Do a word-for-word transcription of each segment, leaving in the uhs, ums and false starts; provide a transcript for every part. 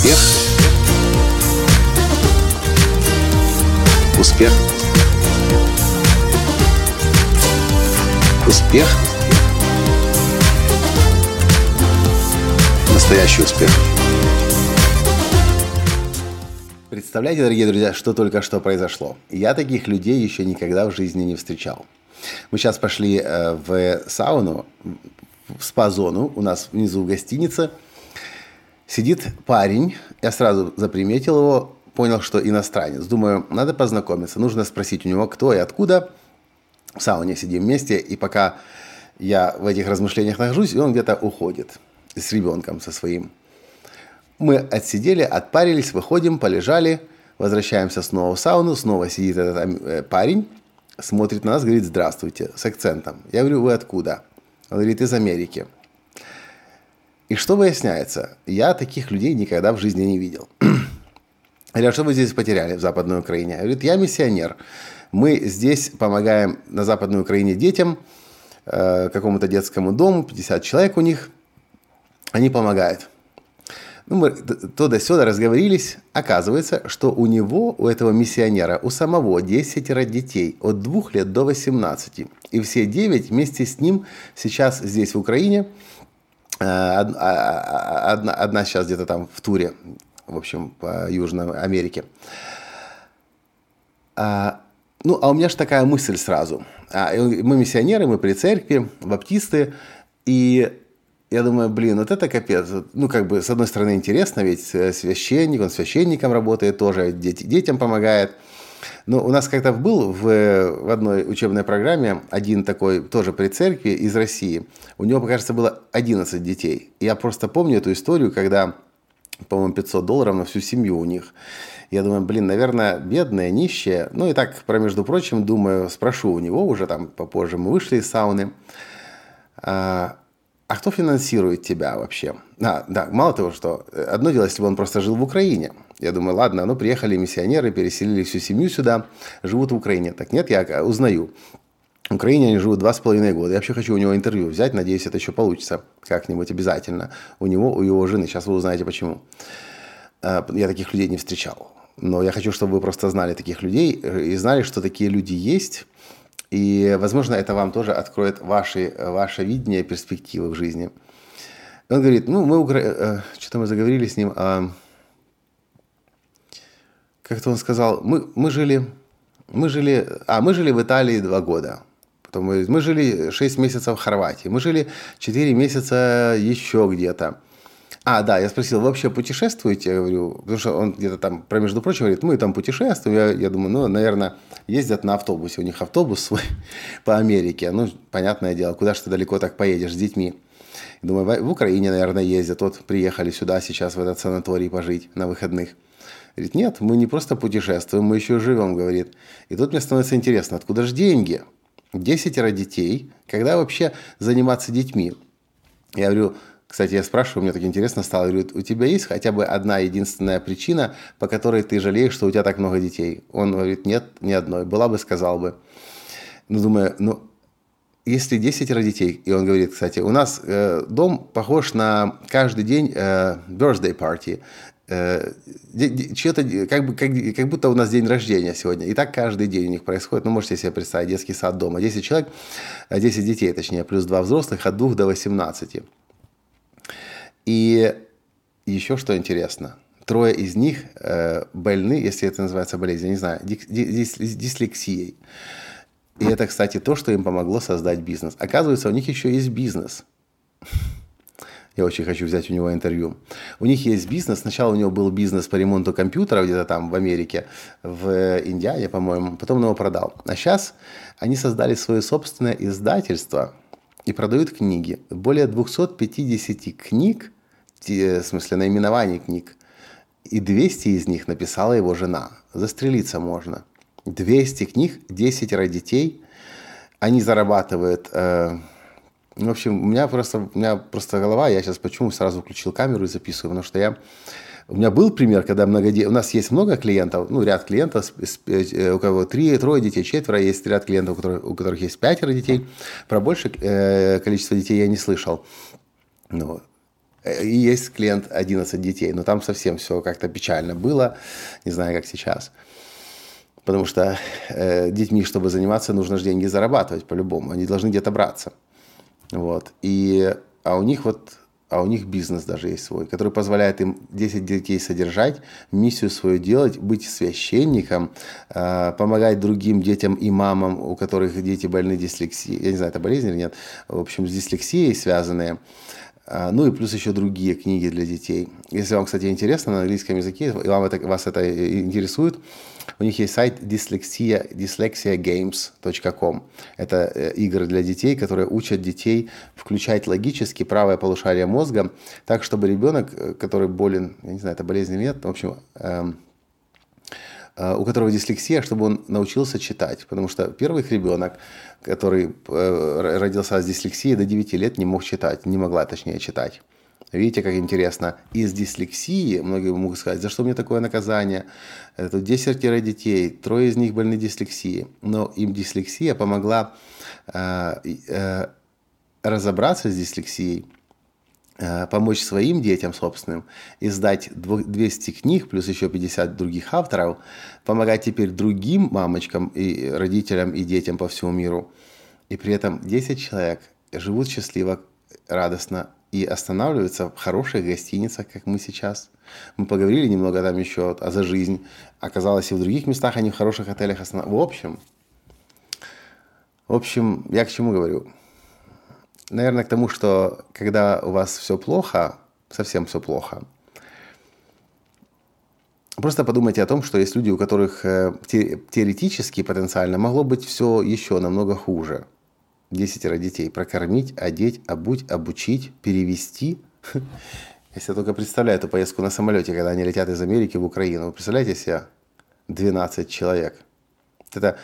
Успех. Успех. Успех. Настоящий успех. Представляете, дорогие друзья, что только что произошло? Я таких людей еще никогда в жизни не встречал. Мы сейчас пошли в сауну, в спа-зону, у нас внизу в гостинице. Сидит парень, я сразу заприметил его, понял, что иностранец. Думаю, надо познакомиться, нужно спросить у него, кто и откуда. В сауне сидим вместе, и пока я в этих размышлениях нахожусь, он где-то уходит с ребенком со своим. Мы отсидели, отпарились, выходим, полежали, возвращаемся снова в сауну, снова сидит этот парень, смотрит на нас, говорит: «Здравствуйте», с акцентом. Я говорю: «Вы откуда?» Он говорит: «Из Америки». И что выясняется? Я таких людей никогда в жизни не видел. Я говорю: «А что вы здесь потеряли в Западной Украине?» Говорит: «Я миссионер. Мы здесь помогаем на Западной Украине детям, э, какому-то детскому дому, пятьдесят человек у них. Они помогают». Ну, мы то да сё разговорились. Оказывается, что у него, у этого миссионера, у самого десятеро детей от двух лет до восемнадцати. И все девять вместе с ним сейчас здесь, в Украине. Одна, одна сейчас где-то там в туре, в общем, по Южной Америке. А, ну, а у меня же такая мысль сразу. А, мы миссионеры, мы при церкви, баптисты, и я думаю, блин, вот это капец. Ну, как бы, с одной стороны, интересно, ведь священник, он священником работает тоже, дети, детям помогает. Но у нас как-то был в, в одной учебной программе один такой, тоже при церкви, из России. У него, кажется, было одиннадцать детей. Я просто помню эту историю, когда, по-моему, пятьсот долларов на всю семью у них. Я думаю, блин, наверное, бедные, нищие. Ну, и так, про между прочим, думаю, спрошу у него уже, там, попозже мы вышли из сауны. А, а кто финансирует тебя вообще? А, да, мало того, что одно дело, если бы он просто жил в Украине. Я думаю, ладно, ну приехали миссионеры, переселили всю семью сюда, живут в Украине. Так нет, я узнаю. В Украине они живут два с половиной года. Я вообще хочу у него интервью взять, надеюсь, это еще получится как-нибудь обязательно. У него, у его жены, сейчас вы узнаете почему. Я таких людей не встречал. Но я хочу, чтобы вы просто знали таких людей и знали, что такие люди есть. И, возможно, это вам тоже откроет ваши, ваше видение, перспективы в жизни. Он говорит, ну, мы, укра... что-то мы заговорили с ним о... Как-то он сказал, мы, мы жили, мы жили, а мы жили в Италии два года, потом мы, мы жили шесть месяцев в Хорватии, мы жили четыре месяца еще где-то. А, да, я спросил, вы вообще путешествуете? Я говорю, потому что он где-то там, про между прочим, говорит, мы там путешествуем. Я, я думаю, ну, наверное, ездят на автобусе, у них автобус свой по Америке. Ну, понятное дело, куда ж ты далеко так поедешь с детьми? Думаю, в Украине, наверное, ездят. Вот приехали сюда сейчас в этот санаторий пожить на выходных. Говорит, нет, мы не просто путешествуем, мы еще живем, говорит. И тут мне становится интересно, откуда же деньги? Десятеро детей, когда вообще заниматься детьми? Я говорю, кстати, я спрашиваю, мне так интересно стало, говорю, у тебя есть хотя бы одна единственная причина, по которой ты жалеешь, что у тебя так много детей? Он говорит, нет, ни одной, была бы, сказал бы. Ну, думаю, ну, если десятеро детей, и он говорит, кстати, у нас э, дом похож на каждый день э, birthday party, что-то как, бы, как, как будто у нас день рождения сегодня. И так каждый день у них происходит. Ну, можете себе представить, детский сад дома. десять человек, десять детей, точнее, плюс два взрослых от двух до восемнадцати. И еще что интересно. Трое из них э, больны, если это называется болезнь, я не знаю, дис, дис, дислексией. И это, кстати, то, что им помогло создать бизнес. Оказывается, у них еще есть бизнес. Я очень хочу взять у него интервью. У них есть бизнес. Сначала у него был бизнес по ремонту компьютеров где-то там в Америке, в Индиане, по-моему. Потом он его продал. А сейчас они создали свое собственное издательство и продают книги. Более двести пятьдесят книг, в смысле наименований книг. И двести из них написала его жена. Застрелиться можно. двести книг, десятеро детей. Они зарабатывают... Э, В общем, у меня просто, у меня просто голова, я сейчас почему сразу включил камеру и записываю, потому что я, у меня был пример, когда много, у нас есть много клиентов, ну, ряд клиентов, у кого три, трое детей, четверо, есть ряд клиентов, у которых, у которых есть пятеро детей, про большее количество детей я не слышал. Ну, И есть клиент одиннадцать детей, но там совсем все как-то печально было, не знаю, как сейчас. Потому что э, детьми, чтобы заниматься, нужно же деньги зарабатывать по-любому, они должны где-то браться. Вот. И, а у них вот... А у них бизнес даже есть свой, который позволяет им десять детей содержать, миссию свою делать, быть священником, помогать другим детям и мамам, у которых дети больны дислексией. Я не знаю, это болезнь или нет. В общем, с дислексией связанные. Ну и плюс еще другие книги для детей. Если вам, кстати, интересно на английском языке, и вам это, вас это интересует, у них есть сайт dyslexia, dyslexia games точка com. Это игры для детей, которые учат детей включать логически правое полушарие мозга, так, чтобы ребенок, который болен, я не знаю, это болезнь или нет, в общем, эм, э, у которого дислексия, чтобы он научился читать. Потому что первый их ребенок, который э, родился с дислексией, до девяти лет не мог читать, не могла, точнее, читать. Видите, как интересно. Из дислексии, многие могут сказать, за что мне такое наказание? Тут десятеро детей, трое из них больны дислексией. Но им дислексия помогла э, э, разобраться с дислексией, э, помочь своим детям собственным, издать двести книг, плюс еще пятьдесят других авторов, помогать теперь другим мамочкам и родителям и детям по всему миру. И при этом десять человек живут счастливо, радостно, и останавливаются в хороших гостиницах, как мы сейчас. Мы поговорили немного там еще а за жизнь. Оказалось, и в других местах они в хороших отелях останавливаются. В общем, в общем, я к чему говорю? Наверное, к тому, что когда у вас все плохо, совсем все плохо, просто подумайте о том, что есть люди, у которых теоретически, потенциально могло быть все еще намного хуже. Десятеро детей прокормить, одеть, обуть, обучить, перевести. Если я только представляю эту поездку на самолете, когда они летят из Америки в Украину. Вы представляете себе? двенадцать человек. Это,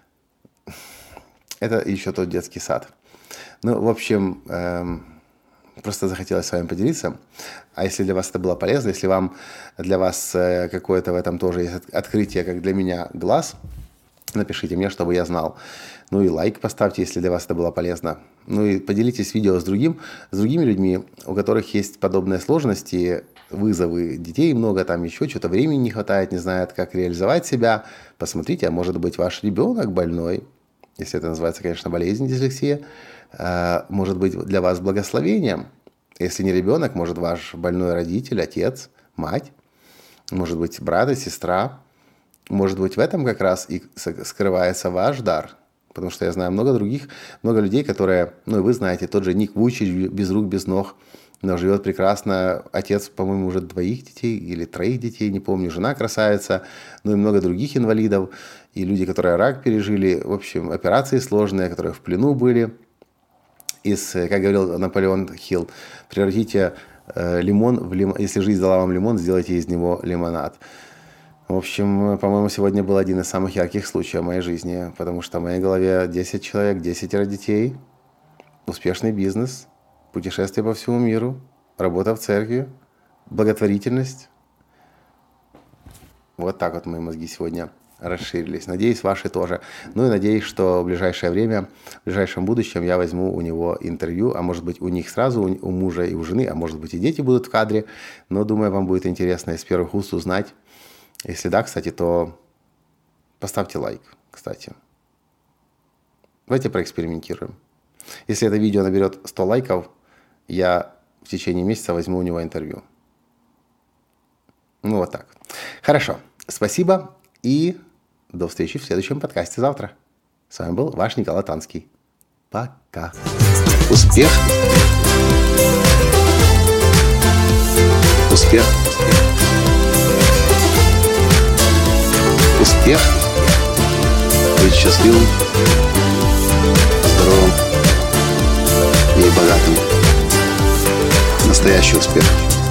это еще тот детский сад. Ну, в общем, эм, просто захотелось с вами поделиться. А если для вас это было полезно, если вам, для вас э, какое-то в этом тоже есть открытие, как для меня, глаз, напишите мне, чтобы я знал. Ну и лайк поставьте, если для вас это было полезно. Ну и поделитесь видео с, другим, с другими людьми, у которых есть подобные сложности, вызовы. Детей много, там еще что-то времени не хватает, не знают, как реализовать себя. Посмотрите, а может быть ваш ребенок больной, если это называется, конечно, болезнь, дислексия, может быть для вас благословением. Если не ребенок, может ваш больной родитель, отец, мать, может быть брат и сестра. Может быть в этом как раз и скрывается ваш дар. Потому что я знаю много других, много людей, которые, ну и вы знаете, тот же Ник Вуйчич, без рук, без ног, но живет прекрасно. Отец, по-моему, уже двоих детей или троих детей, не помню, жена красавица, ну и много других инвалидов. И люди, которые рак пережили, в общем, операции сложные, которые в плену были. Из, как говорил Наполеон Хилл, превратите э, лимон в лимон, если жизнь дала вам лимон, сделайте из него лимонад. В общем, по-моему, сегодня был один из самых ярких случаев в моей жизни, потому что в моей голове десять человек, десятеро детей, успешный бизнес, путешествия по всему миру, работа в церкви, благотворительность. Вот так вот мои мозги сегодня расширились. Надеюсь, ваши тоже. Ну и надеюсь, что в ближайшее время, в ближайшем будущем я возьму у него интервью, а может быть у них сразу, у мужа и у жены, а может быть и дети будут в кадре. Но думаю, вам будет интересно из первых уст узнать. Если да, кстати, то поставьте лайк, кстати. Давайте проэкспериментируем. Если это видео наберет сто лайков, я в течение месяца возьму у него интервью. Ну вот так. Хорошо. Спасибо и до встречи в следующем подкасте завтра. С вами был ваш Николай Танский. Пока. Успех. Успех. Успех. Быть счастливым, здоровым и богатым. Настоящий успех.